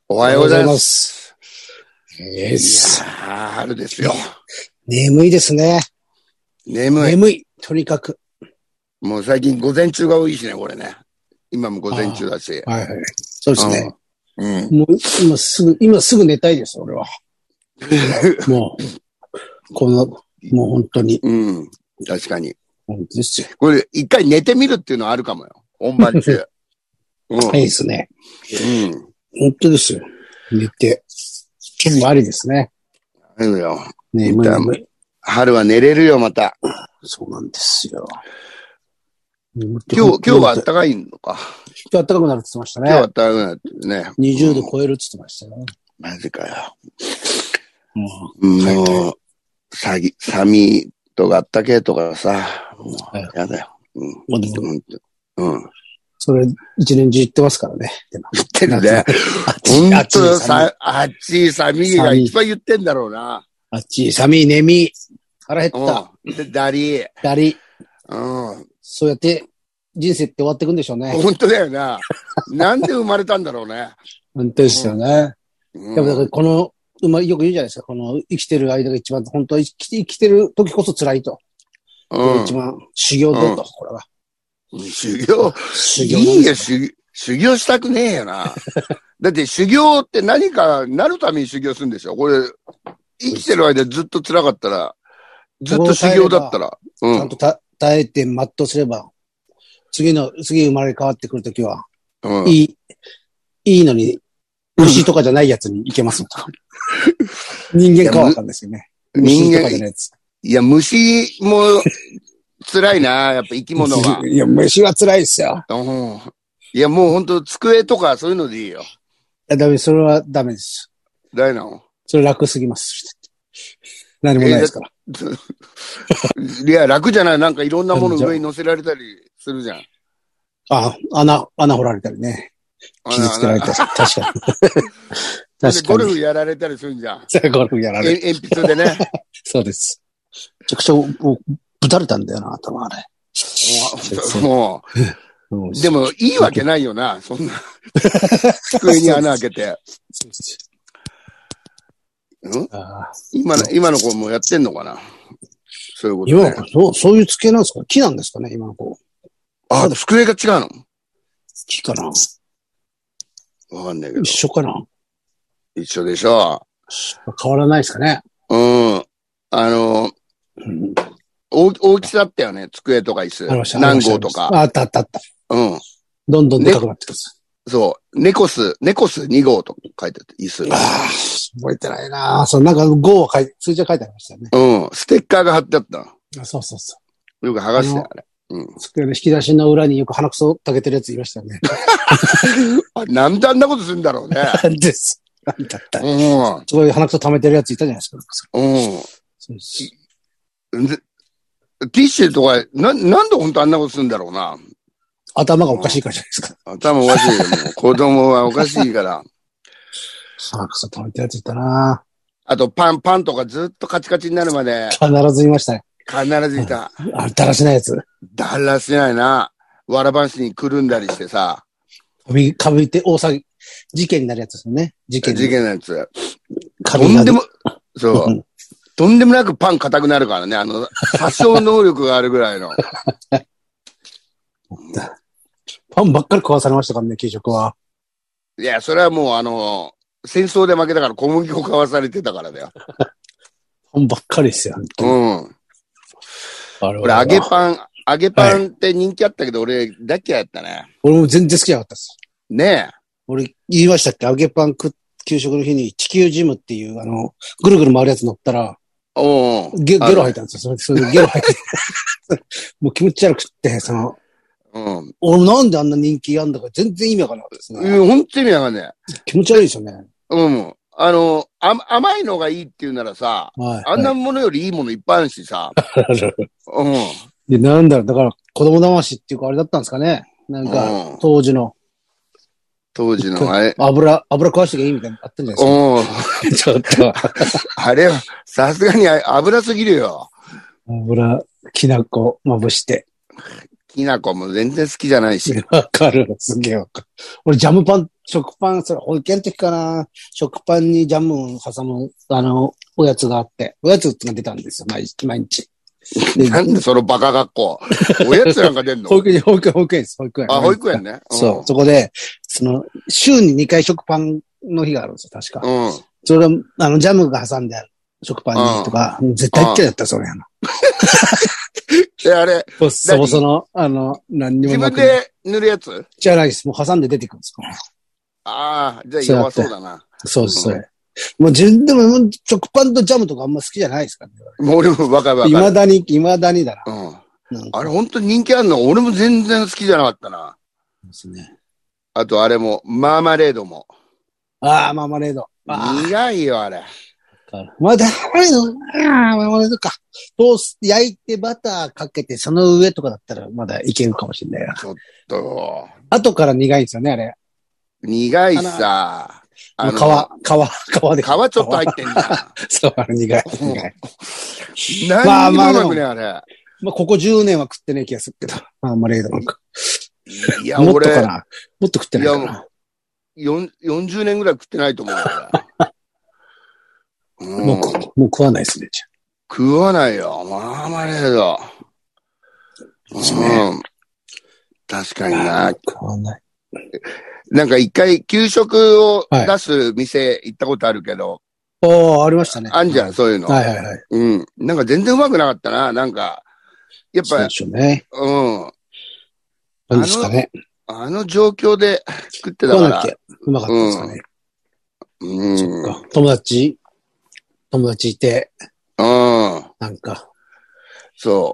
おはようございます。 いやー、 春ですよ。 眠いですね。 眠い。 とにかく。 もう最近午前中が多いしね、これね。今も午前中だし。 はいはい。そうですね。 うん。 もう今すぐ寝たいです、俺は。もう本当に。 うん。確かに。 本当ですよ。 これ、一回寝てみるっていうのはあるかもよ。本番中。 いいですね。 うん。 本当ですよ。寝て。今日もありですね。 あるよ。 眠い。 春は寝れるよ、また。 そうなんですよ。 今日は暖かいのか。 今日暖かくなるって言ってましたね。 今日は暖かくなってね。 20度超えるって言ってましたよ。 マジかよ。 ももう、寒いとか暖けえとかさ、もう、やだよ。うん。 それ、一年中言ってますからね。 言ってるね。ほんと、暑い寒いが一番言ってんだろうな。 暑い寒い眠い。腹減った。 で、だり。うん。 そうやって人生って終わっていくんでしょうね。 本当だよな。なんで生まれたんだろうね。 本当ですよね。でもだからよく言うじゃないですか。この生きてる間が一番、本当は生きてる時こそ辛いと。一番修行だと、これは。 修行いいよ、修行したくねえよな。だって修行って何かなるために修行するんでしょ。これ、生きてる間ずっと辛かったら、ずっと修行だったら。 ちゃんと耐えて全うすれば、次生まれ変わってくるときは、いいのに、虫とかじゃないやつに行けますと。人間かわかんないですよね。虫とかじゃないやつ。 いや、虫も辛いな、やっぱ生き物が。 いや、虫は辛いですよ。 いや、もうほんと机とかそういうのでいいよ。 それはダメです。 ダメなの？それ楽すぎます。何もないですから。 いや、楽じゃない。なんかいろんなもの上に乗せられたりするじゃん。 穴掘られたりね。傷つけられたり。確かに。確かに。 ゴルフやられたりするんじゃん。 ゴルフやられる。 鉛筆でね。 そうです。めちゃくちゃ、ぶたれたんだよな、頭あれ。 もう。でも、いいわけないよな、そんな。机に穴開けて。今の子もやってんのかな？そういうことね。 そういう机なんですか？木なんですかね、今の子。 机が違うの？ 木かな？ わかんないけど。 一緒かな？ 一緒でしょ。 変わらないですかね。 大きさだったよね、机とか椅子。何号とか。 あった。どんどんでかくなってくる。 そう。ネコス2号と書いてあって、椅子。 覚えてないなぁ。なんか号は数字は書いてありましたよね。ステッカーが貼ってあった。 そう。 よく剥がしてあれ。 机の引き出しの裏によく鼻くそかけてるやついましたよね。 なんであんなことするんだろうね。 です。なんだった。すごい鼻くそ溜めてるやついたじゃないですか。 ティッシュとか、なんで本当あんなことするんだろうな。 頭がおかしいからじゃないですか。 頭おかしいよ。もう子供はおかしいから。 鼻くそ溜めてるやついたな。 あとパンとかずっとカチカチになるまで。 必ずいましたね。 必ずいた。 だらしないやつ。 だらしないな。わらばんしにくるんだりしてさ。 かぶいて大騒ぎ、事件になるやつですよね。事件のやつ。 とんでもなくパン硬くなるからね。殺傷能力があるぐらいの。 パンばっかり食わされましたからね、給食は。 いや、それはもう戦争で負けたから小麦粉買わされてたからだよ。 パンばっかりですよ。 俺、揚げパンって人気あったけど、俺、大嫌いやったね。 俺も全然好きじゃなかったです。 ねえ。 俺、言いましたっけ？揚げパン給食の日に地球ジムっていう、ぐるぐる回るやつ乗ったら、ゲロ吐いたんですよ。それでゲロ吐いて。もう気持ち悪くって、俺なんであんな人気あんだか全然意味わかんなかったですね。 本当に意味わかんない。 気持ち悪いですよね。 甘いのがいいっていうならさ、あんなものよりいいものいっぱいあるしさ。 なんだろう、だから子供騙しっていうかあれだったんですかね。なんか、当時のあれ。油食わしてきゃいいみたいなのあったんじゃないですか。ちょっと。 あれは、さすがに油すぎるよ。 きな粉まぶして。 きな粉も全然好きじゃないし。 わかる。すげえわかる。俺ジャムパン食パン、それ保育園の時かな。食パンにジャムを挟む、おやつがあって、おやつが出たんですよ、毎日。 なんでそのバカ学校。おやつなんか出んの？ 保育園です、保育園。 あ、保育園ね。 そう、そこで、週に2回食パンの日があるんですよ、確か。それが、ジャムが挟んである食パンにとか、絶対嫌いだった、それ。 あれ、 何にも自分で塗るやつじゃないです。もう挟んで出てくるんですか。 ああ、じゃあ弱そうだな。 そうです、それ。もう自分でも食パンとジャムとかあんま好きじゃないですからね。 もう俺もわかる。 未だにだな。 あれ本当に人気あるの？俺も全然好きじゃなかったな。 ですね。 あとあれも、マーマレードも。 ああ、マーマレード。 苦いよ、あれ。 マーマレードか。焼いてバターかけて、その上とかだったらまだいけるかもしれないな。 ちょっと。 後から苦いんですよね、あれ。 苦いさ。 皮で。 皮ちょっと入ってんじゃん。 そう、苦い。 何にもうまくね、あれ。 まあ、ここ10年は食ってねえ気がするけど。マーマレードなんか。 いや、 もっとかな。もっと食ってないかな。 40年ぐらい食ってないと思うよ。 もう食わないですね、じゃあ。 食わないよ、マーマレード。確かにな。 食わない。 なんか一回給食を出す店行ったことあるけど。 ありましたね。 あんじゃん、そういうの。 はい。 なんか全然うまくなかったな、なんか。やっぱ。 そうでしょうね。 何ですかね。 あの状況で作ってたから。 うまかったですかね。そっか。友達いて。なんか。 そう。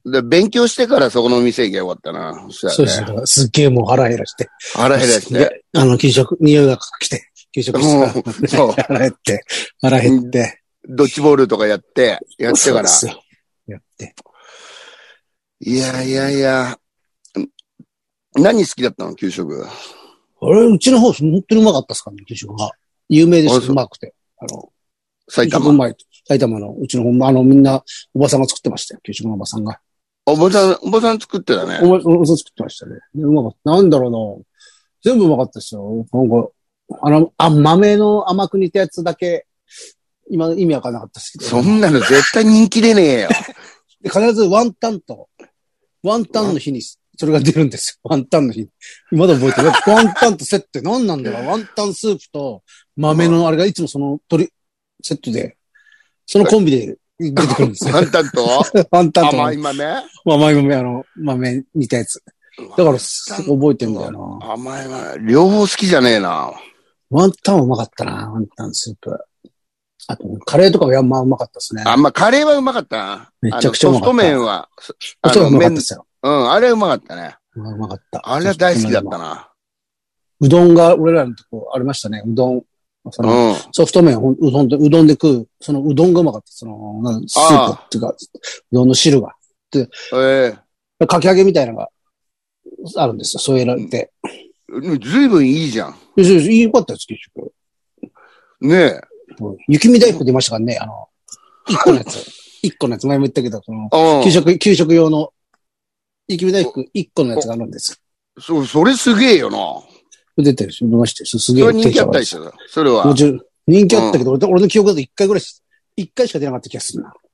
で、勉強してからそこの店行けばよかったな。 そうですね。すっげえもう腹減らして。給食、匂いが来て、給食室から。腹減って。 ドッジボールとかやってから。 やって。 いや。何好きだったの給食。 うちの方、本当にうまかったですからね、給食が。有名です、うまくて。 埼玉の、うちの方、みんな、おばさんが作ってましたよ、給食のおばさんが。 おばさん作ってたね。 おばさん作ってましたね。うまかった。なんだろうな。全部うまかったですよ。なんか、豆の甘く煮たやつだけ、今、意味わかんなかったですけど。 そんなの絶対人気出ねえよ。 で、必ずワンタンの日に、それが出るんですよ。ワンタンの日に。まだ覚えてる。ワンタンとセットって何なんだろう。ワンタンスープと豆のあれがいつもそのセットで、そのコンビで出てくるんですよ。 ワンタンと甘い豆豆煮たやつ。だから、覚えてんだよな。 甘い豆。両方好きじゃねえな。 ワンタンうまかったな、ワンタンスープ。あと、カレーとかはうまかったですね。 カレーはうまかったな。 めちゃくちゃうまかった。 ソフト麺は、 うまかったですよ。 あれうまかったね。 うまかった。 あれは大好きだったな。 うどんが、俺らのとこありましたね。うどん。ソフト麺うどんで食う。そのうどんがうまかった。スープっていうか、うどんの汁が。で、かき揚げみたいなのがあるんですよ。そういうのって。 ずいぶんいいじゃん。 いいかったです、結局。 ねえ。 雪見大福出ましたからね、1個のやつ。1個のやつ、前も言ったけど、給食用の、雪見大福1個のやつがあるんです。 それすげえよな。 出てるし、見ましたよ。すげえ。 それ人気あったでしょ、それは。 人気あったけど、俺の記憶だと1回しか出なかった気がするな。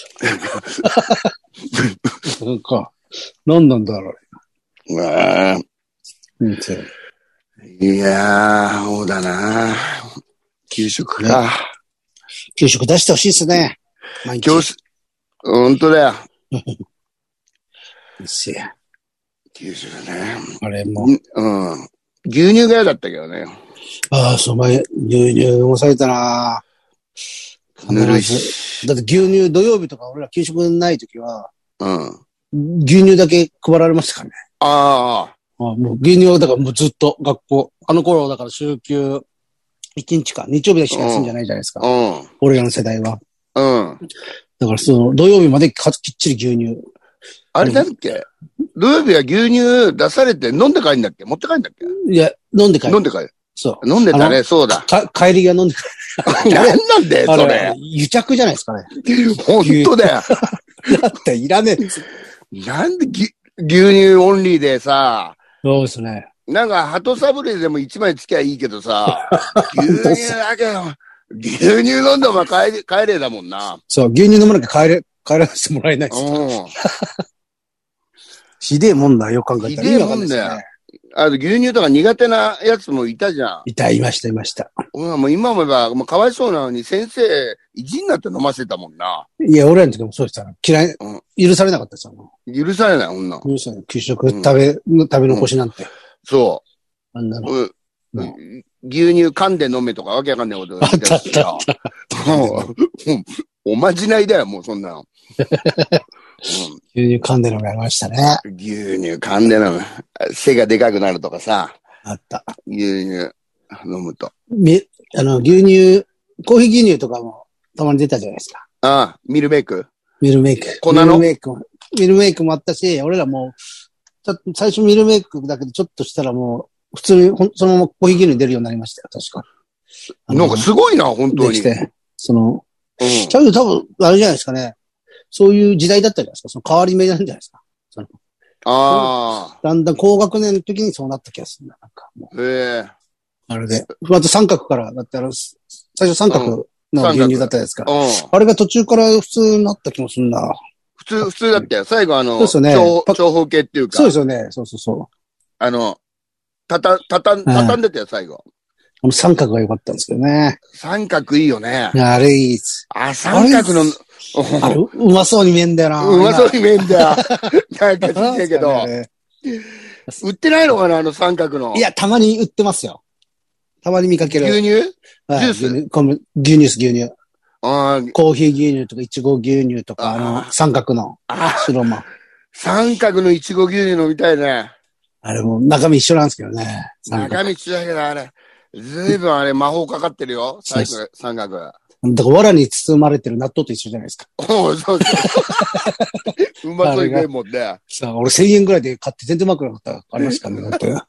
なんか、何なんだろう。 いやー、そうだな。給食か。 給食出してほしいっすね。 ほんとだよ。給食ね。 あれも。 牛乳が嫌だったけどね。 そう、牛乳抑えたな。 ぬるいし。 だって牛乳土曜日とか俺ら給食ない時は、牛乳だけ配られましたからね。もう牛乳はだからもうずっと学校。あの頃だから週休1日か。日曜日だけしか休んじゃないじゃないですか。俺らの世代は。だから土曜日まできっちり牛乳。 あれだっけ土曜日は牛乳出されて飲んで帰るんだっけ持って帰るんだっけいや、飲んで帰る。 そう。飲んでたね、そうだ。 帰りが飲んで帰る。 なんなんだよ、それ。 癒着じゃないですかね。 ほんとだよ。 だっていらねえ。 なんで牛乳オンリーでさ。 そうですね。 なんか、鳩サブレーでも1枚つきゃいいけどさ、牛乳だけど、牛乳飲んでも帰れだもんな。 そう、牛乳飲まなきゃ帰らせてもらえないっす。ひでえもんだよ、考えたら。 ひでえもんだよ。牛乳とか苦手なやつもいたじゃん。 いました。 もう今もば、もうかわいそうなのに先生、意地になって飲ませたもんな。 いや、俺らの時もそうでした。嫌い、許されなかったですよ。 許されない、女。 許されない。給食食べ残しなんて。 そう。 あんなの。 牛乳噛んで飲めとかわけわかんないこと言ってたよ。おまじないだよ、もうそんなの。 牛乳噛んで飲めありましたね。 牛乳噛んで飲む。背がでかくなるとかさ。 あった。 牛乳飲むと。 牛乳、コーヒー牛乳とかもたまに出たじゃないですか。 ああ、ミルメイク。 粉のミルメイクもあったし、俺らも最初ミルメイクだけどちょっとしたらもう、普通にそのままコーヒー牛乳出るようになりましたよ、確か。 なんかすごいな、本当に。 できて、多分、あれじゃないですかね。そういう時代だったじゃないですか。その変わり目なんじゃないですか。だんだん高学年の時にそうなった気がするな。なんかもう。あれで。あと三角から、だって最初三角の牛乳だったですか。あれが途中から普通になった気もするな。 普通だったよ。最後そうですよね。 長方形っていうか。 そうですよね。そう。 畳んでたよ、最後。 三角が良かったんですけどね。 三角いいよね。 あれいいです。 三角の、 あれ、うまそうに見えんだよな。 うまそうに見えんだよ。なんか知ってるけど。売ってないのかな、三角の。 いや、たまに売ってますよ。たまに見かける。 牛乳ジュース牛乳。コーヒー牛乳とか、いちご牛乳とか、三角の白ま。 三角のいちご牛乳飲みたいね。 あれも中身一緒なんですけどね。 中身一緒だけど、あれ。ずいぶんあれ魔法かかってるよ。三角。 だから藁に包まれてる納豆と一緒じゃないですか。 そう。うまそうに食えもんね。 さあ、俺1000円ぐらいで買って全然うまくなかった。ありますかね、本当に。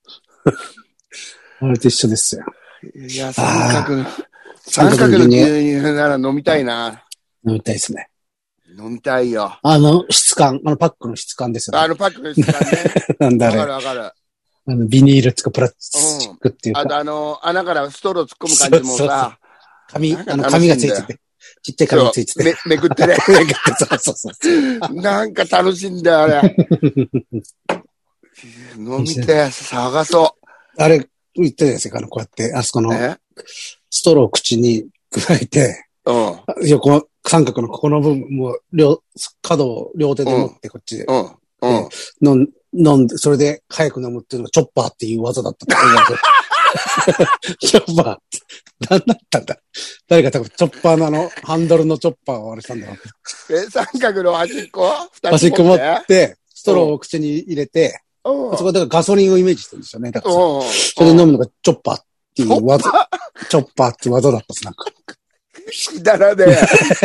あれと一緒ですよ。 いや、三角の牛乳なら飲みたいな。 飲みたいですね。 飲みたいよ。 質感、パックの質感ですよね。 パックの質感ね。 なんだあれ。 わかる。 ビニールとかプラスチックっていうか。 穴からストロー突っ込む感じもさ。 紙がついてて。ちっちゃい紙ついてて。 めくってね。 そう。 なんか楽しいんだよ、あれ。飲みて、探そう。 あれ、言ったじゃないですか、こうやって、あそこの、ストローを口に加えて、横、三角のここの部分、もう、角を両手で持って、こっちで。飲んで、それで早く飲むっていうのがチョッパーっていう技だったと思う。チョッパーって。何だったんだ。誰か多分チョッパーのハンドルのチョッパーをあれしたんだろう。 三角の端っこ端っこ持って、ストローを口に入れて、そこだからガソリンをイメージしてるんですよね。だからそれで飲むのがチョッパーっていう技。チョッパーっていう技だったんです、なんか。 だらで。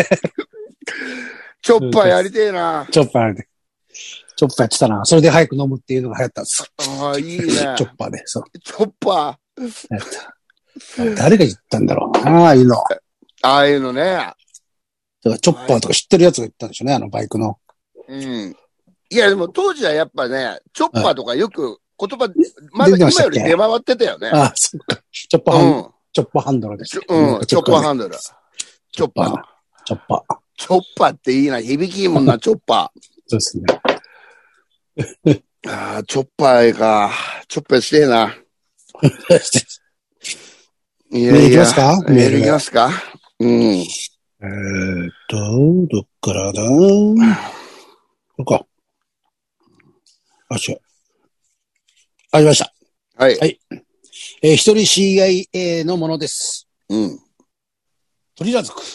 チョッパーやりてえな。 チョッパーやりてえ。チョッパーやってたな。それで早く飲むっていうのが流行ったんです。 いいね。 チョッパーで、そう。 チョッパー。誰が言ったんだろう。ああいうの。 ああいうのね。だからチョッパーとか知ってるやつが言ったんでしょうね、バイクの。 いや、でも当時はやっぱね、チョッパーとかよく言葉、まだ今より出回ってたよね。 あ、そっか。チョッパーハンドルです。 チョッパーハンドル。チョッパー。 チョッパー。 チョッパーっていいな。響きいいもんな、チョッパー。 そうですね。 チョッパーか。チョッパーしてえな。 メールいきますか？ メールいきますか？ どっからだ？これか。違う。ありました。 はい。 一人 CIA のものです。鳥らずく。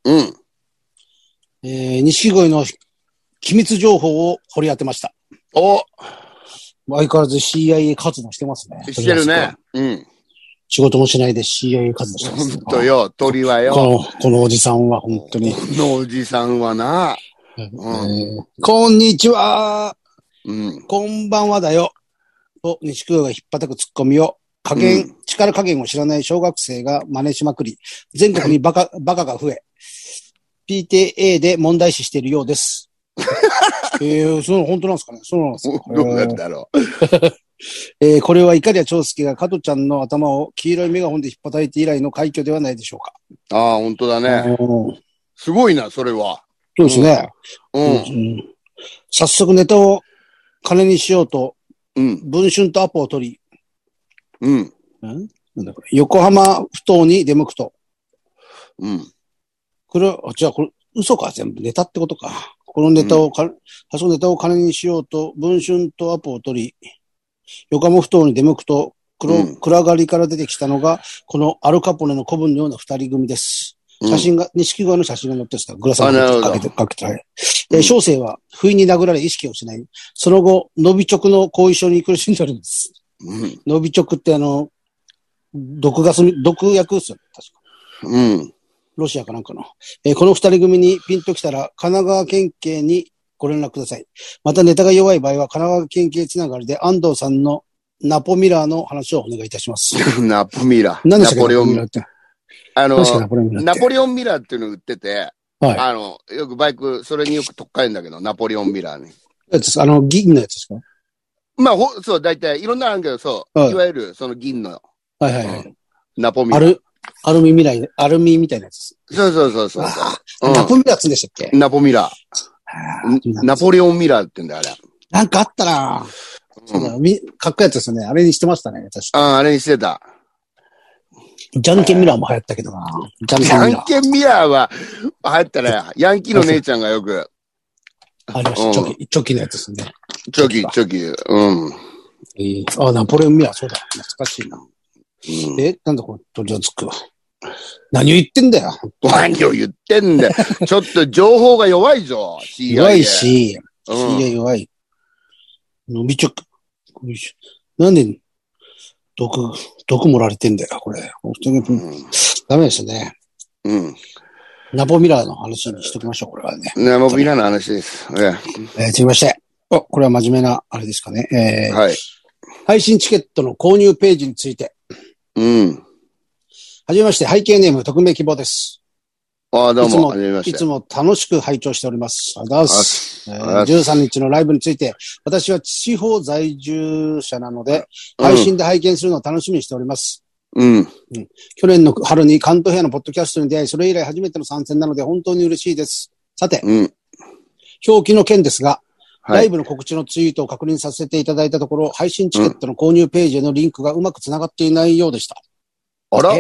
錦鯉の機密情報を掘り当てました。相変わらず CIA 活動してますね。 してるね。 仕事もしないで CIA 活動してます。 ほんとよ、鳥はよ。 このおじさんは本当に。 このおじさんはな。 こんにちは。こんばんはだよ。と、錦鯉が引っ叩くツッコミを、力加減を知らない小学生が真似しまくり、全国にバカが増え、PTA で問題視しているようです。その本当なんですかね？そうなんですか？ どうなんだろこれは碇谷長介が加トちゃんの頭を黄色いメガホンで引っ叩いて以来の快挙ではないでしょうか。 ああ、本当だね。すごいな、それは。 そうですね。早速ネタを金にしようと、文春とアポを取り、なんだこれ横浜埠頭に出向くと。これ、じゃあこれ、嘘か、全部ネタってことか。このネタを、早速ネタを金にしようと、文春とアポを取り、横浜埠頭に出向くと、暗がりから出てきたのが、このアルカポネの子分のような二人組です。写真が、錦鯉の写真が載ってた。グラサンかけて。小生は不意に殴られ意識を失い、その後、伸び直の後遺症に苦しんでおります。伸び直って毒薬ですよね、確か。ロシアかなんかの。この二人組にピンときたら、神奈川県警にご連絡ください。またネタが弱い場合は、神奈川県警つながりで安藤さんのナポミラーの話をお願いいたします。 ナポミラー。 何でしたっけ、ナポミラーって。 ナポレオンミラーっていうのを売ってて、よくバイク、それによく特化るんだけど、ナポレオンミラーに。 銀のやつですか？ まあ、そう、大体、いろんなのあるけど、そう、いわゆる、その銀の、ナポミラー。 アルミみたいなやつ。 そう。 ナポミラーっつんでしたっけ？ ナポミラー。ナポレオンミラーって言うんだよ、あれ。 なんかあったなそうだ、かっこいいやつですよね。あれにしてましたね、確か。あれにしてた。 じゃんけんミラーも流行ったけどな。 じゃんけんミラーは流行ったね。ヤンキーの姉ちゃんがよく。 ありました。チョキのやつですね。 チョキ。 ナポレオンミラー、そうだ。懐かしいな。なんだこれ、とりあえずくわ。何を言ってんだよ。 何を言ってんだよ。ちょっと情報が弱いぞ。 弱いし、弱い。伸び直。なんで、毒盛られてんだよ、これ。ダメですね。ナポミラーの話にしときましょう、これはね。 ナポミラーの話です。 続きまして。これは真面目な、あれですかね。配信チケットの購入ページについて。はじめまして、背景ネーム、匿名希望です。 どうも、はじめまして。 いつも楽しく拝聴しております。ありがとうございます。13日のライブについて、私は地方在住者なので、配信で拝見するのを楽しみにしております。去年の春に関東平野のポッドキャストに出会い、それ以来初めての参戦なので本当に嬉しいです。さて、表記の件ですが、ライブの告知のツイートを確認させていただいたところ、配信チケットの購入ページへのリンクがうまく繋がっていないようでした。 あら？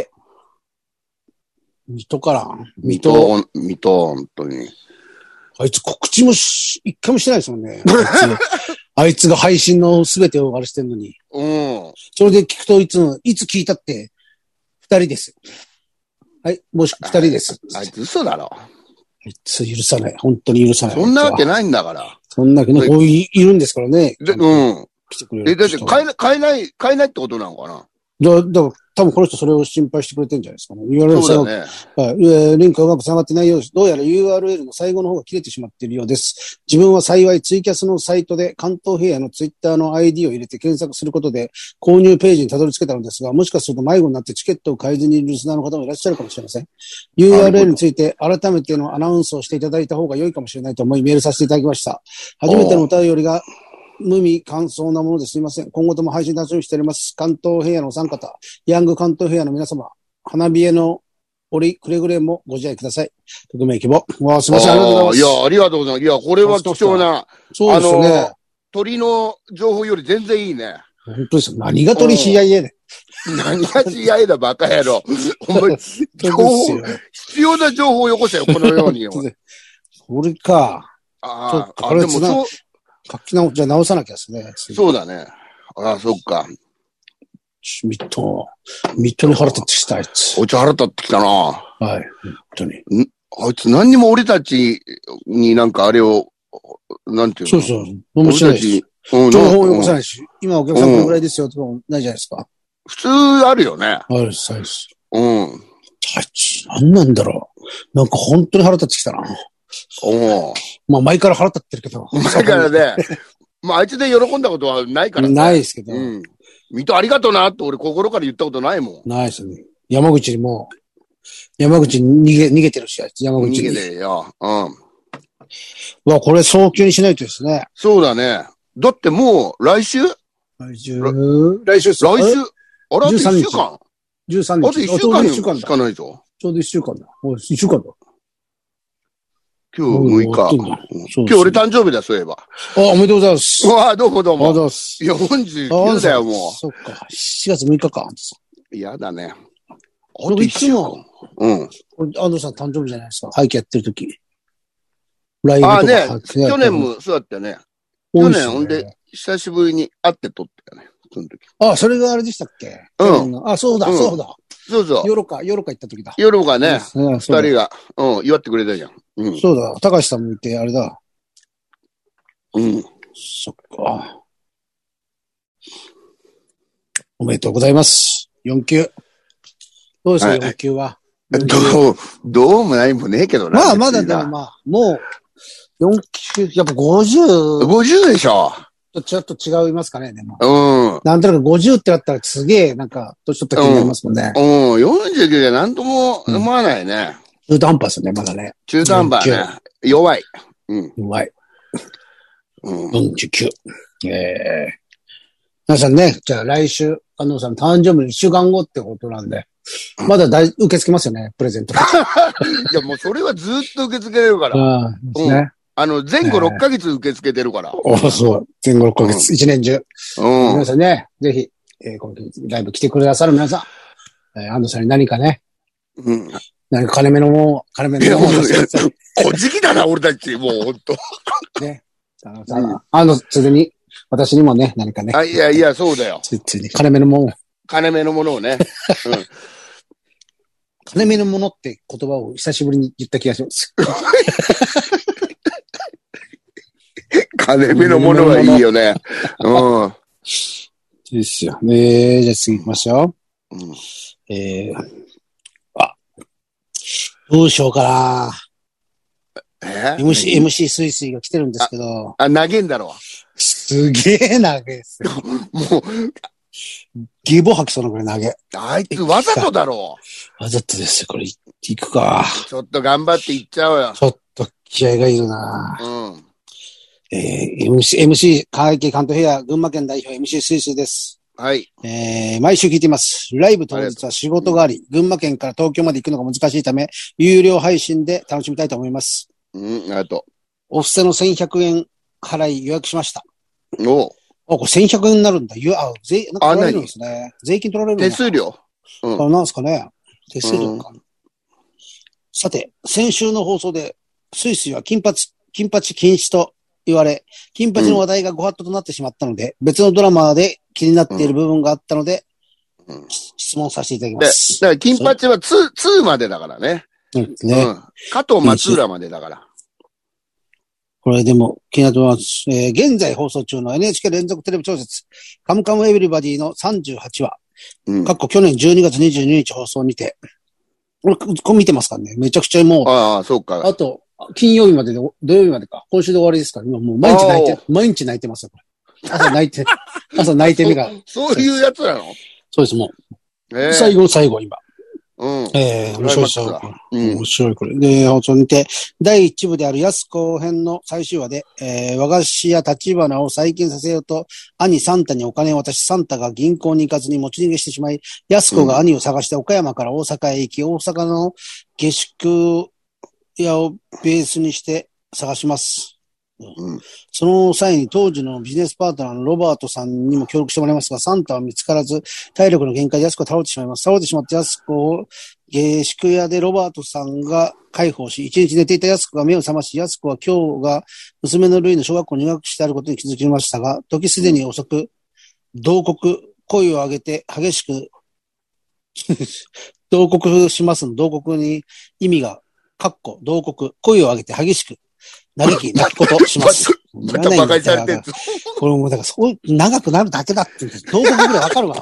水戸から。 水戸、本当に。 あいつ告知も一回もしてないですもんね。あいつが配信のすべてをあれしてんのに。それで聞くといつ聞いたって、二人です。はい、もし二人です。 あいつ嘘だろ。 あいつ許さない。本当に許さない。 そんなわけないんだから。 そんなわけない。いるんですからね。 来てくれる。だって買えないってことなのかな？ だから多分この人それを心配してくれてるんじゃないですかね。 そうだね。 リンクがうまく繋がってないようです。どうやら URL の最後の方が切れてしまっているようです。自分は幸いツイキャスのサイトで関東平野のツイッターの ID を入れて検索することで購入ページにたどり着けたのですが、もしかすると迷子になってチケットを買えずにいるリスナーの方もいらっしゃるかもしれません。URL について改めてのアナウンスをしていただいた方が良いかもしれないと思いメールさせていただきました。初めてのお便りが無味乾燥なものですみません。今後とも配信楽しみにしております。関東平野のお三方、ヤング関東平野の皆様、花冷えのくれぐれもご自愛ください。匿名希望。すみません、ありがとうございます。 いや、ありがとうございます。いや、これは貴重な。 そうですね。 鳥の情報より全然いいね。 本当ですよ。何が鳥 CIA で。 何が CIA だ、バカ野郎。お前、情報、必要な情報をよこせよ、このように。 これか。 でもそう、 じゃあ直さなきゃですね。 そうだね。そっか。 ミットに腹立ってきた、あいつ。 おいつ腹立ってきたな。 はい、本当に。 あいつ何にも俺たちになんかあれを、なんていうの？ そう。面白いし。情報をよこさないし。今お客さんこれぐらいですよとかもないじゃないですか。 普通あるよね。 あるです。あいつ、何なんだろう。なんか本当に腹立ってきたな。まあ前から腹立ってるけど。 前からね。まああいつで喜んだことはないからね。 ないですけど。 水戸ありがとうなって俺心から言ったことないもん。 ないですね。山口に逃げてるし、あいつ山口に。 逃げてるよ。 これ早急にしないとですね。 そうだね。だってもう来週来週っすか？ 来週、あれあと1週間。 13日。 あと1週間しかないぞ。 ちょうど1週間だ。1週間だ。 今日6日。今日俺誕生日だ、そういえば。 おめでとうございます。 どうもどうも。 ありがとうございます。 いや、49だよ、もう。 そっか。7月6日か。 嫌だね。あと1週間。 うん。 安藤さん誕生日じゃないですか。背景やってる時。 ライブとか。ね。去年もそうだったよね。去年、ほんで、久しぶりに会って撮ったよね。その時。 それがあれでしたっけ？ うん。 そうだ。そうそう。 ヨロカ行った時だ。 ヨロカね。二人が、祝ってくれたじゃん。うん。 そうだ。高橋さんもいて、あれだ。 うん。 そっか。おめでとうございます。4級。どうですか、4級は。 どうも何もねえけどな。まだでももう、4級、やっぱ50。 50でしょ。 ちょっと違いますかね、でも。 うん。 なんとなく50ってなったらすげえ、なんか、年取った気になりますもんね。 49じゃなんとも思わないね。 中途半端ですよね、まだね。 中途半端ね。弱い。 弱い。49。皆さんね、じゃあ来週、安藤さん誕生日の1週間後ってことなんで、まだ受け付けますよね、プレゼント。いや、もうそれはずっと受け付けれるから。 ね。 前後6ヶ月受け付けてるから。 そう。前後6ヶ月、1年中。皆さんね、ぜひ、今期ライブ来てくださる皆さん、安藤さんに何かね、何か金目のもの、 こじきだな、俺たち、もうほんと。ね。 ついでに、私にもね、何かね。 いや、そうだよ。 ついに、金目のもの。 金目のものをね。 金目のものって言葉を久しぶりに言った気がします。 金目のものはいいよね。 ですよ。じゃあ次行きますよ。どうしようかな。MC スイスイが来てるんですけど。 投げんだろ。 すげえ投げですよ。もう、ゲボ吐きそうなこれ投げ。 あいつわざとだろう。わざとですよ。これ、行くか。 ちょっと頑張って行っちゃおうよ。 ちょっと気合がいるな。MC、会計関東平野、群馬県代表 MC スイスイです。 はい。 毎週聞いています。ライブ当日は仕事があり、群馬県から東京まで行くのが難しいため、有料配信で楽しみたいと思います。 ありがとう。お布施の1100円払い予約しました。 これ1100円になるんだ。なんか取られるんですね。税金取られるんだ。 手数料。 なんすかね。手数料か。さて、先週の放送で、スイスイは金八禁止と言われ、金八の話題がご法度となってしまったので、別のドラマで気になっている部分があったので、質問させていただきます。 だから金八は2までだからね。加藤松浦までだから。 これでも気になってます。現在放送中の NHK 連続テレビ小説、カムカムエヴリバディの38話。去年12月22日放送にて。これ見てますからね。めちゃくちゃもう。 そうか。 あと、金曜日までで、土曜日までか。今週で終わりですから、今もう毎日泣いてますよ、これ。朝泣いて目が。 そういうやつなの？ そうです、もう。最後の最後、今。面白いですよ。面白い、これ。で、放送にて、第1部である安子編の最終話で、和菓子屋立花を再建させようと、兄サンタにお金を渡し、サンタが銀行に行かずに持ち逃げしてしまい、安子が兄を探して岡山から大阪へ行き、大阪の下宿屋をベースにして探します。その際に当時のビジネスパートナーのロバートさんにも協力してもらいますが、サンタは見つからず、体力の限界で安子は倒れてしまいます。倒れてしまって安子を下宿屋でロバートさんが介抱し、一日寝ていた安子が目を覚まし、安子は今日が娘のルイの小学校に入学してあることに気づきましたが、時すでに遅く、同国、声を上げて激しく、同国しますの同国に意味が、同国、声を上げて激しく、嘆きことします。 また馬鹿にされてる。 これもだからそう長くなるだけだって同国ぐらいわかるわ。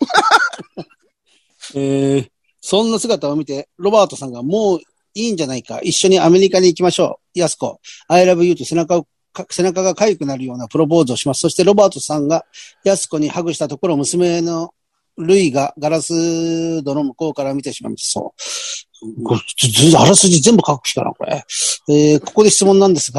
そんな姿を見てロバートさんがもういいんじゃないか、一緒にアメリカに行きましょう。安子、I love you と背中が痒くなるようなプロポーズをします。そしてロバートさんが安子にハグしたところ、娘のルイがガラス戸の向こうから見てしまいます。そう。あらすじ全部書く気かな、これ。ここで質問なんですが、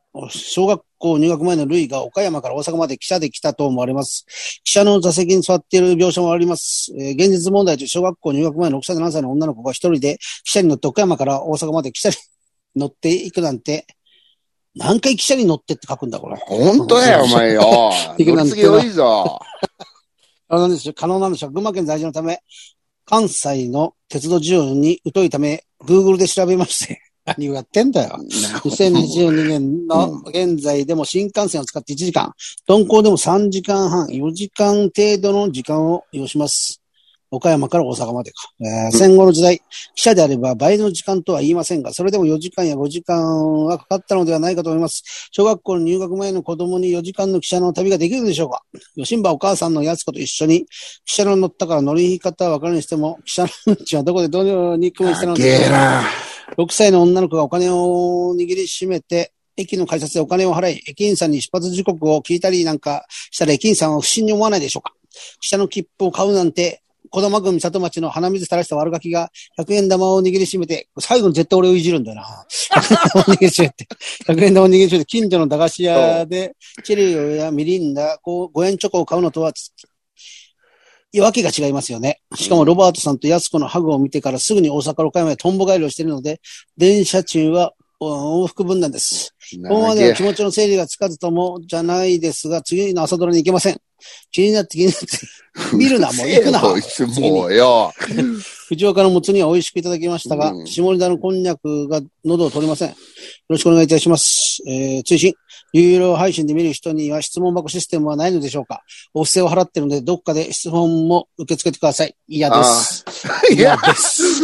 小学校入学前のルイが岡山から大阪まで汽車で来たと思われます。汽車の座席に座っている描写もあります。現実問題と小学校入学前の6歳と7歳の女の子が一人で汽車に乗って岡山から大阪まで汽車に乗っていくなんて、何回汽車に乗ってって書くんだ、これ。 本当だよ、お前よ。乗り継ぎ多いぞ。 可能なんでしょう。群馬県在住のため、関西の鉄道需要に疎いため、Google で調べまして。何をやってんだよ。2022年の現在でも新幹線を使って1時間、鈍行でも3時間半、4時間程度の時間を要します。岡山から大阪までか。戦後の時代、汽車であれば倍の時間とは言いませんが、それでも4時間や5時間はかかったのではないかと思います。小学校の入学前の子供に4時間の汽車の旅ができるでしょうか。吉mbàお母さんのやつ子と一緒に、汽車の乗ったから乗り方は分かるにしても、汽車の道はどこでどのように組みしたのでしょうか。6歳の女の子がお金を握りしめて、駅の改札でお金を払い、駅員さんに出発時刻を聞いたりなんかしたら駅員さんは不審に思わないでしょうか。汽車の切符を買うなんて、児玉郡里町の鼻水垂らした悪ガキが100円玉を握りしめて、最後に絶対俺をいじるんだよな。100円玉を握りしめて、100円玉を握りしめて、近所の駄菓子屋で、チェリオやミリンダ、5円チョコを買うのとは、わけが違いますよね。しかもロバートさんと安子のハグを見てからすぐに大阪岡山へトンボ帰りをしているので、電車中は往復分なんです。ここまでは気持ちの整理がつかずともじゃないですが、次の朝ドラに行けません。気になって見るな、もう行くな。 もうよ。 藤岡のもつには美味しくいただきましたが、下仁田のこんにゃくが喉を取れません。よろしくお願いいたします。追伸。有料配信で見る人には質問箱システムはないのでしょうか。お布施を払ってるので、どっかで質問も受け付けてください。嫌です。 嫌です。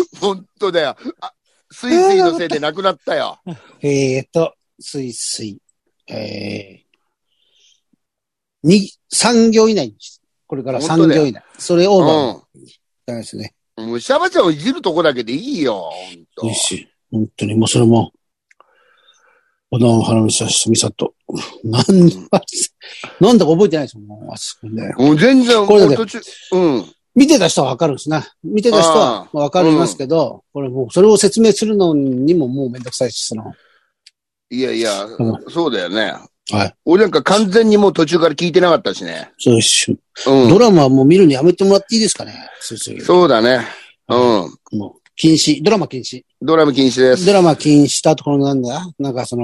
本当だよ。スイスイのせいでなくなったよ。 スイスイ。3行以内に。これから3行以内。それオーバー。ですね。 もうシャバちゃんをいじるとこだけでいいよ。 おいしい。本当に、もうそれも、小田原の久しみさと。なんだか覚えてないですもん。あそこね。 もう全然、 これ途中、見てた人はわかるんですね。見てた人はわかりますけど、これもう、それを説明するのにももうめんどくさいし、 いやいや、そうだよね。 はい。 俺なんか完全にもう途中から聞いてなかったしね。 そうです。ドラマはもう見るのやめてもらっていいですかね。 そうだね。 もう、禁止。ドラマ禁止。 ドラマ禁止です。 ドラマ禁止したところなんだ。なんか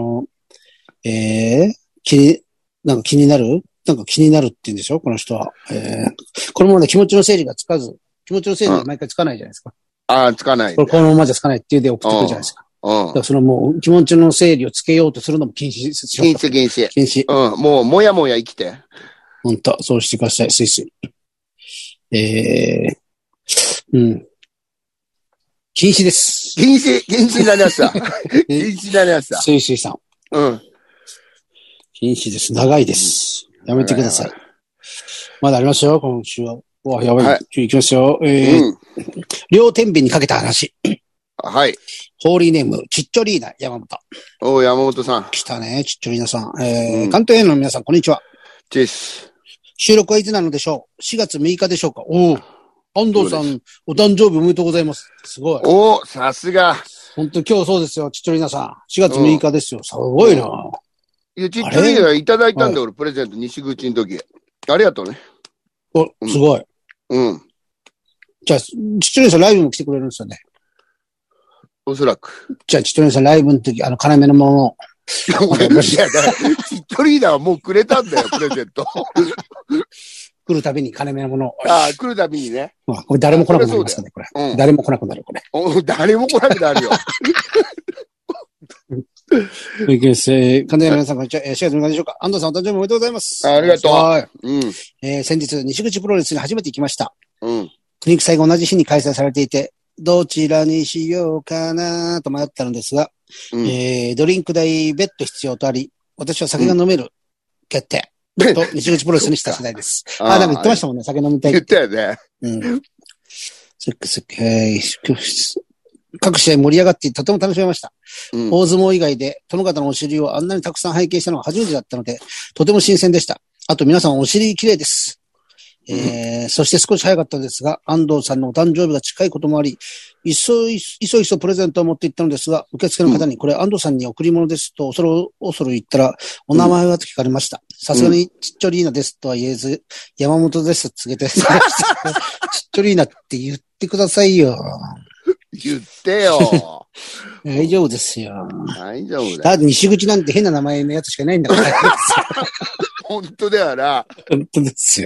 気になるって言うんでしょこの人は。このままで気持ちの整理がつかず、気持ちの整理が毎回つかないじゃないですか。 つかない。 このままじゃつかないっていうで送ってくるじゃないですか。だからそのもう気持ちの整理をつけようとするのも禁止ですよ。 禁止。もうもやもや生きて。 本当そうしてください。スイスイ。禁止です。 禁止になりました。禁止になりました。 スイスイさん。禁止です。長いです。やめてください。まだありますよ、今週は。やばい。行きますよ。両天秤にかけた話。 はい。 ホーリーネーム、ちっちょリーナ、山本。 山本さん。 来たね、ちっちょリーナさん。関東への皆さん、こんにちは。収録はいつなのでしょう ?4 月6日でしょうか安藤さん、お誕生日おめでとうございます。すごい。 さすが。 本当今日そうですよ、ちっちょリーナさん。4月6日ですよ。すごいな。 いや、ちっちょリーナいただいたんだよ、俺、プレゼント、西口の時。ありがとうね。 すごい。じゃあ、ちっちょリーナさんライブも来てくれるんですよね。 おそらく。 じゃあ、ちっちょリーナさんライブの時、金目のものを。 俺のちっちょリーナーはもうくれたんだよ、プレゼント。 来るたびに金目のものを。 来るたびにね。 これ誰も来なくなりますかね、これ。誰も来なくなる、これ。 誰も来なくなるよ。 関西の皆さん、こんにちは。4月6日でしょうか。安藤さん、お誕生日おめでとうございます。 ありがとう。先日、西口プロレスに初めて行きました。国草が同じ日に開催されていて、どちらにしようかなと迷ったのですが、ドリンク代別途必要とあり、私は酒が飲める決定。と、西口プロレスにした次第です。なんか言ってましたもんね、酒飲みたい。 言ったよね。 各試合盛り上がってとても楽しめました。大相撲以外で、殿方のお尻をあんなにたくさん拝見したのは初めてだったので、とても新鮮でした。あと皆さんお尻綺麗です。 そして少し早かったですが、安藤さんのお誕生日が近いこともあり、いそプレゼントを持って行ったのですが、受付の方にこれ安藤さんに贈り物ですと恐る言ったら、お名前はと聞かれました。さすがにちっちょリーナですとは言えず、山本ですと告げて、ちっちょリーナって言ってくださいよ。 言ってよ。 大丈夫ですよ。 大丈夫だよ。 だって西口なんて変な名前のやつしかいないんだから。 本当だよな。 本当ですよ。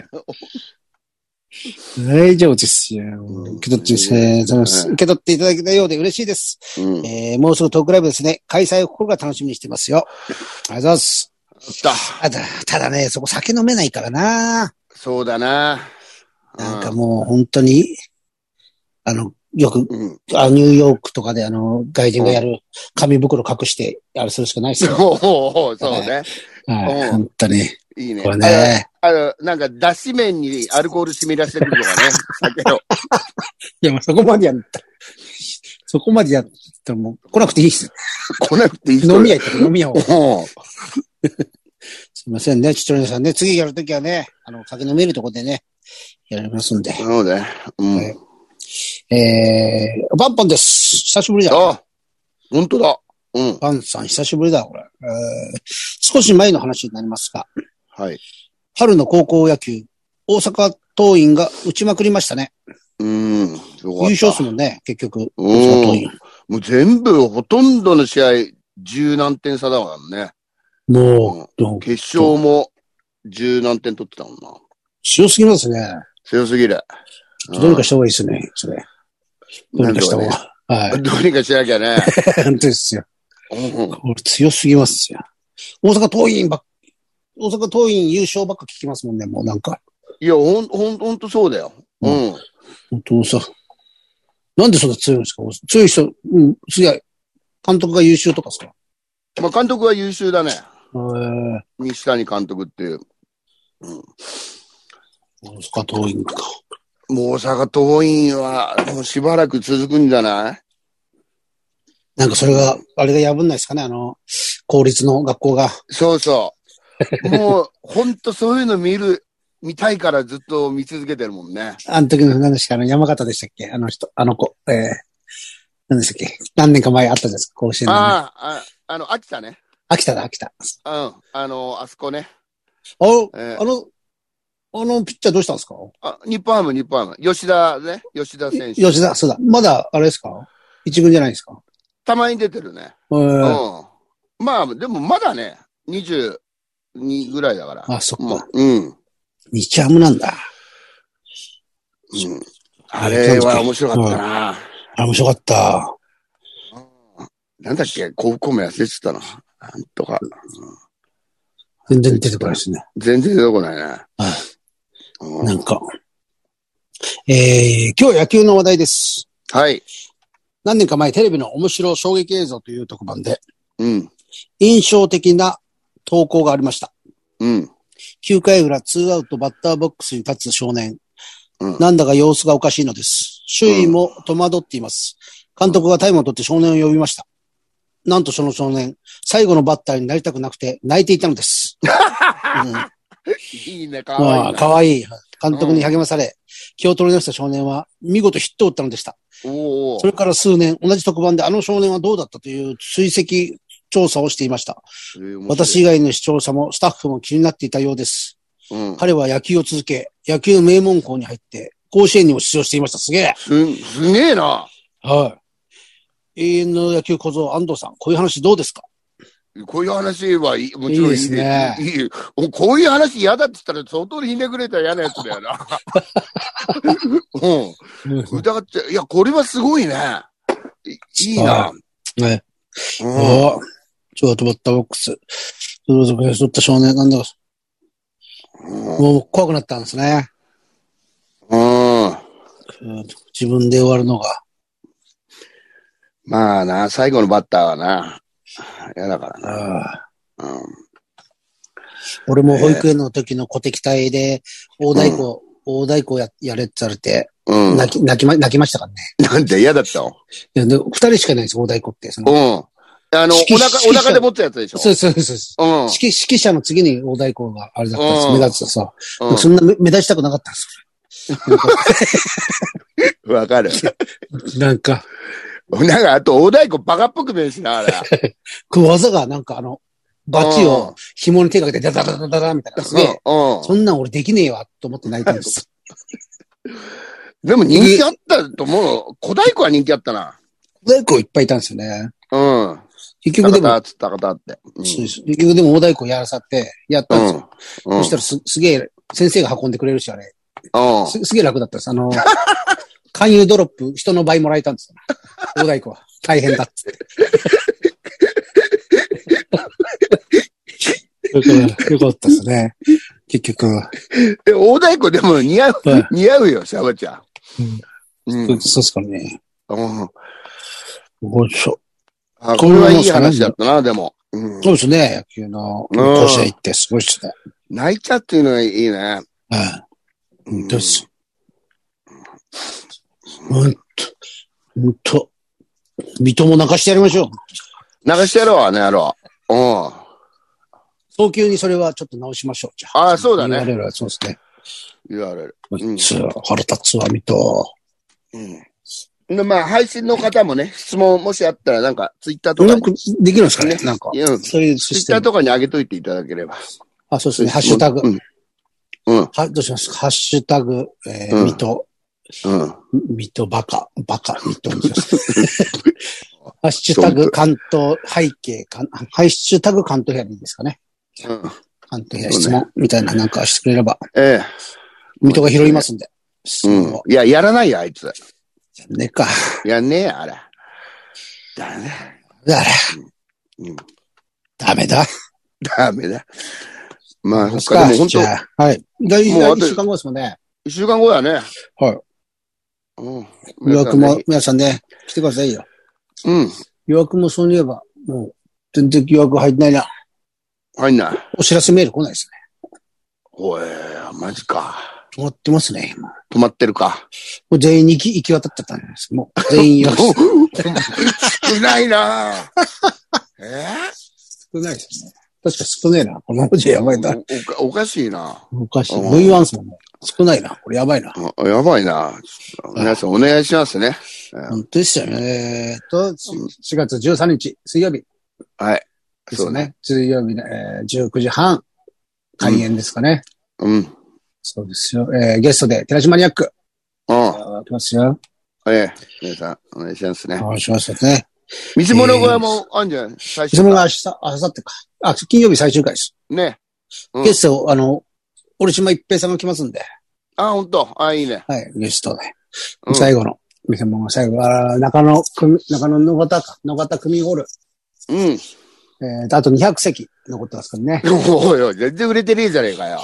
大丈夫ですよ。受け取っていただけたようで嬉しいです。もうすぐトークライブですね。開催を心が楽しみにしてますよ。ありがとうございます。ただね、そこ酒飲めないからな。 そうだな。 なんかもう本当に、よく、ニューヨークとかで外人がやる紙袋隠して、あれするしかないですよ。 そうね。 はい、本当に。 いいね。 これね。 なんか、だし麺にアルコール染み出してくるとかね。酒を。 いや、もうそこまでやったらもう来なくていいっす。 来なくていいっす。 飲み屋行って飲み屋を。すいませんね、ちっちゃいさんね。次やるときはね、酒飲めるとこでね、やりますんで。 そうだね。 バンパンです。久しぶりだ。 あ、本当だ。 バンさん久しぶりだ、これ。少し前の話になりますが。 はい。 春の高校野球、大阪桐蔭が打ちまくりましたね。優勝するもんね、結局。大阪桐蔭。 もう全部、ほとんどの試合、十何点差だもんね。 もう、 決勝も十何点取ってたもんな。 強すぎますね。 強すぎる。 どうにかした方がいいですね、それ。どうにかした方が。はい。 どうにかしなきゃね。 本当ですよ。これ強すぎますよ。大阪桐蔭優勝ばっか聞きますもんね、もうなんか。 いや、ほんとそうだよ。 本当さ。なんでそんな強いんですか？強い人、強い。監督が優秀とかですか？ まあ、監督は優秀だね。西谷監督っていう。 大阪桐蔭か。 もう大阪桐蔭は、もうしばらく続くんじゃない？ なんかそれが、あれが破んないですかね、公立の学校が。 そうそう。もう、ほんとそういうの見たいからずっと見続けてるもんね。 あの時の何でしたっけ、山形でしたっけ、あの子、何でしたっけ、何年か前あったじゃないですか、甲子園の、ね。 秋田ね。 秋田だ、秋田。 あそこね。 ピッチャーどうしたんですか？ 日本ハム。吉田選手。 吉田、そうだ。まだ、あれですか？一軍じゃないですか？ たまに出てるね。まあ、でもまだね、22ぐらいだから。 あ、そっか。 日ハムなんだ。 あれは面白かったな。 面白かった。 なんだっけ、高校名忘れてたな。なんとか。 全然出てこないですね。 全然出てこないね。 なんか。今日は野球の話題です。 はい。 何年か前テレビの面白衝撃映像という特番で、印象的な投稿がありました。9回裏2アウトバッターボックスに立つ少年。なんだか様子がおかしいのです。周囲も戸惑っています。監督がタイムを取って少年を呼びました。なんとその少年、最後のバッターになりたくなくて泣いていたのです。 いいね、かわいい。 かわいい。監督に励まされ、気を取り直した少年は見事ヒットを打ったのでした。それから数年、同じ特番であの少年はどうだったという追跡調査をしていました。私以外の視聴者もスタッフも気になっていたようです。彼は野球を続け、野球名門校に入って、甲子園にも出場していました。すげえ。 すげえな。 はい。永遠の野球小僧安藤さん、こういう話どうですか？ こういう話はもちろんいいですね。こういう話嫌だって言ったら相当にひねくれたら嫌なやつだよな。疑っちゃう。いや、これはすごいね。いいな。 ね。ちょっとバッターボックス。取った少年、なんだか。もう怖くなったんですね。自分で終わるのが。 まあな、最後のバッターはな、嫌だからな。 俺も保育園の時の小敵隊で、大太鼓やれって言われて、泣きましたからね。 なんで嫌だったの？ いや、二人しかいないんです、大太鼓って。 お腹で持つやつでしょ。 そうそうそう。うん。指揮者の次に大太鼓があれだったんです。目立つとさ。そんな目立ちたくなかったんです。 わかる。 なんか、 あと大太鼓バカっぽく見えるしな、あれ。 技がバチを紐に手かけてダダダダダダみたいな。すげえ。そんなん俺できねえわ、と思って泣いたんです。 でも人気あったと思う。小太鼓は人気あったな。 小太鼓いっぱいいたんですよね。 うん。 結局でも、 高田って。 そうです。結局でも大太鼓やらさって、やったんですよ。そしたらすげえ、先生が運んでくれるし、あれ。すげえ楽だったです。勧誘ドロップ、人の倍もらえたんですよ。大太鼓は。大変だっつって。よかったですね。結局。 大太鼓でも似合うよ、シャバちゃん。そうっすかね。これはいい話だったな、でも。 そうですね。野球の甲子園行ってすごいっすね。 泣いちゃうっていうのはいいね。 本当です。ほんと。水戸も泣かしてやりましょう。 泣かしてやろうわね、やろう。 早急にそれはちょっと直しましょう。じゃあ。ああ、そうだね。 言われる。そうですね。 言われる。 腹立つわ、水戸。 で、まあ、配信の方もね、質問もしあったら、なんか、ツイッターとか。 できるんですかね、なんか。 そういうツイッターとかに上げといていただければ。 あ、そうですね。ハッシュタグ。どうしますか？ハッシュタグ、水戸。水戸バカ、水戸にします。ハッシュタグ関東背景、ハッシュタグ関東部屋でいいですかね。関東部屋質問みたいななんかしてくれれば。水戸が拾いますんで。 いや、やらないよ、あいつ。 やんねえか。 やんねえよ、あれ。だね。 ダメだ。 ダメだ。まあ、そっか、でも本当。 はい。もう1週間後ですもんね。 1週間後だね。 はい。予約も、皆さんね、来てくださいよ。予約もそういえば、もう、全然予約入ってないな。 入んない。 お知らせメール来ないですね。 おい、マジか。 止まってますね、今。 止まってるか。 もう全員に行き渡っちゃったんです。もう、全員予約。 少ないな少ないですね。確か少ねえな。この文字やばいな。 おかしいな。 おかしい。V1 っすもんね。少ないな。これやばいな。 やばいな。皆さんお願いしますね。 本当ですよね。4月13日、水曜日。 はい。 ですね。水曜日、19時半、開演ですかね。そうですよ。ゲストで、寺島マニアック。来ますよ。 皆さん、お願いしますね。 お願いしますね。 水物小屋もあんじゃん。最終回。水物が明後日か。金曜日最終回です。 ね。 ゲスト、折島一平さんが来ますんで。 ほんと。いいね。 はい、ゲストで。最後の、水物最後は、中野野方組ホール。あと200席残ってますからね。 おい、全然売れてねえじゃねえかよ。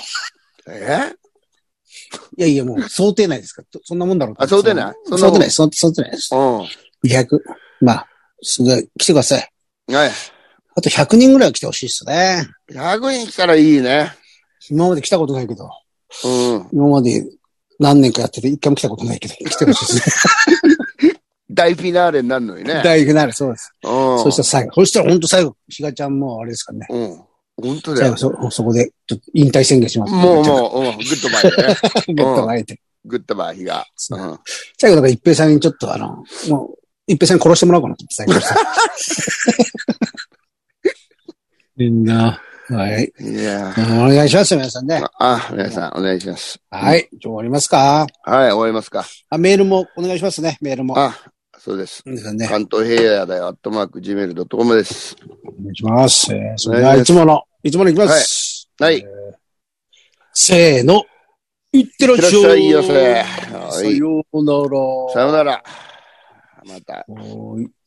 いや、もう、想定内ですから。そんなもんだろう。 想定内想定内です。200。まあ、すごい、来てください。 はい。 あと100人ぐらい来てほしいっすね。 100人来たらいいね。 今まで来たことないけど。今まで何年かやってて一回も来たことないけど、来てほしいですね。 大フィナーレになるのにね。 大フィナーレ、そうです。そしたら本当最後、しがちゃんもあれですからね。 本当だよ。 最後、そこで、ちょっと引退宣言します。 もう、グッドバイでね。 グッドバイで。 グッドバイ、日が。 最後、だから一平さんにちょっともう、一平さんに殺してもらおうかなと思って、最後。みんな、はい。いやお願いしますよ、皆さんね。 皆さん、お願いします。 はい。終わりますか？ はい、終わりますか。 メールもお願いしますね、メールも。 そうです。 皆さんね。 関東平野だよ、@gmail.com です。 お願いします。それでは、いつものいきます。 はい。 せーの。いってらっしゃい。 いってらっしゃいよ、それ。 さようなら。 さようなら。また。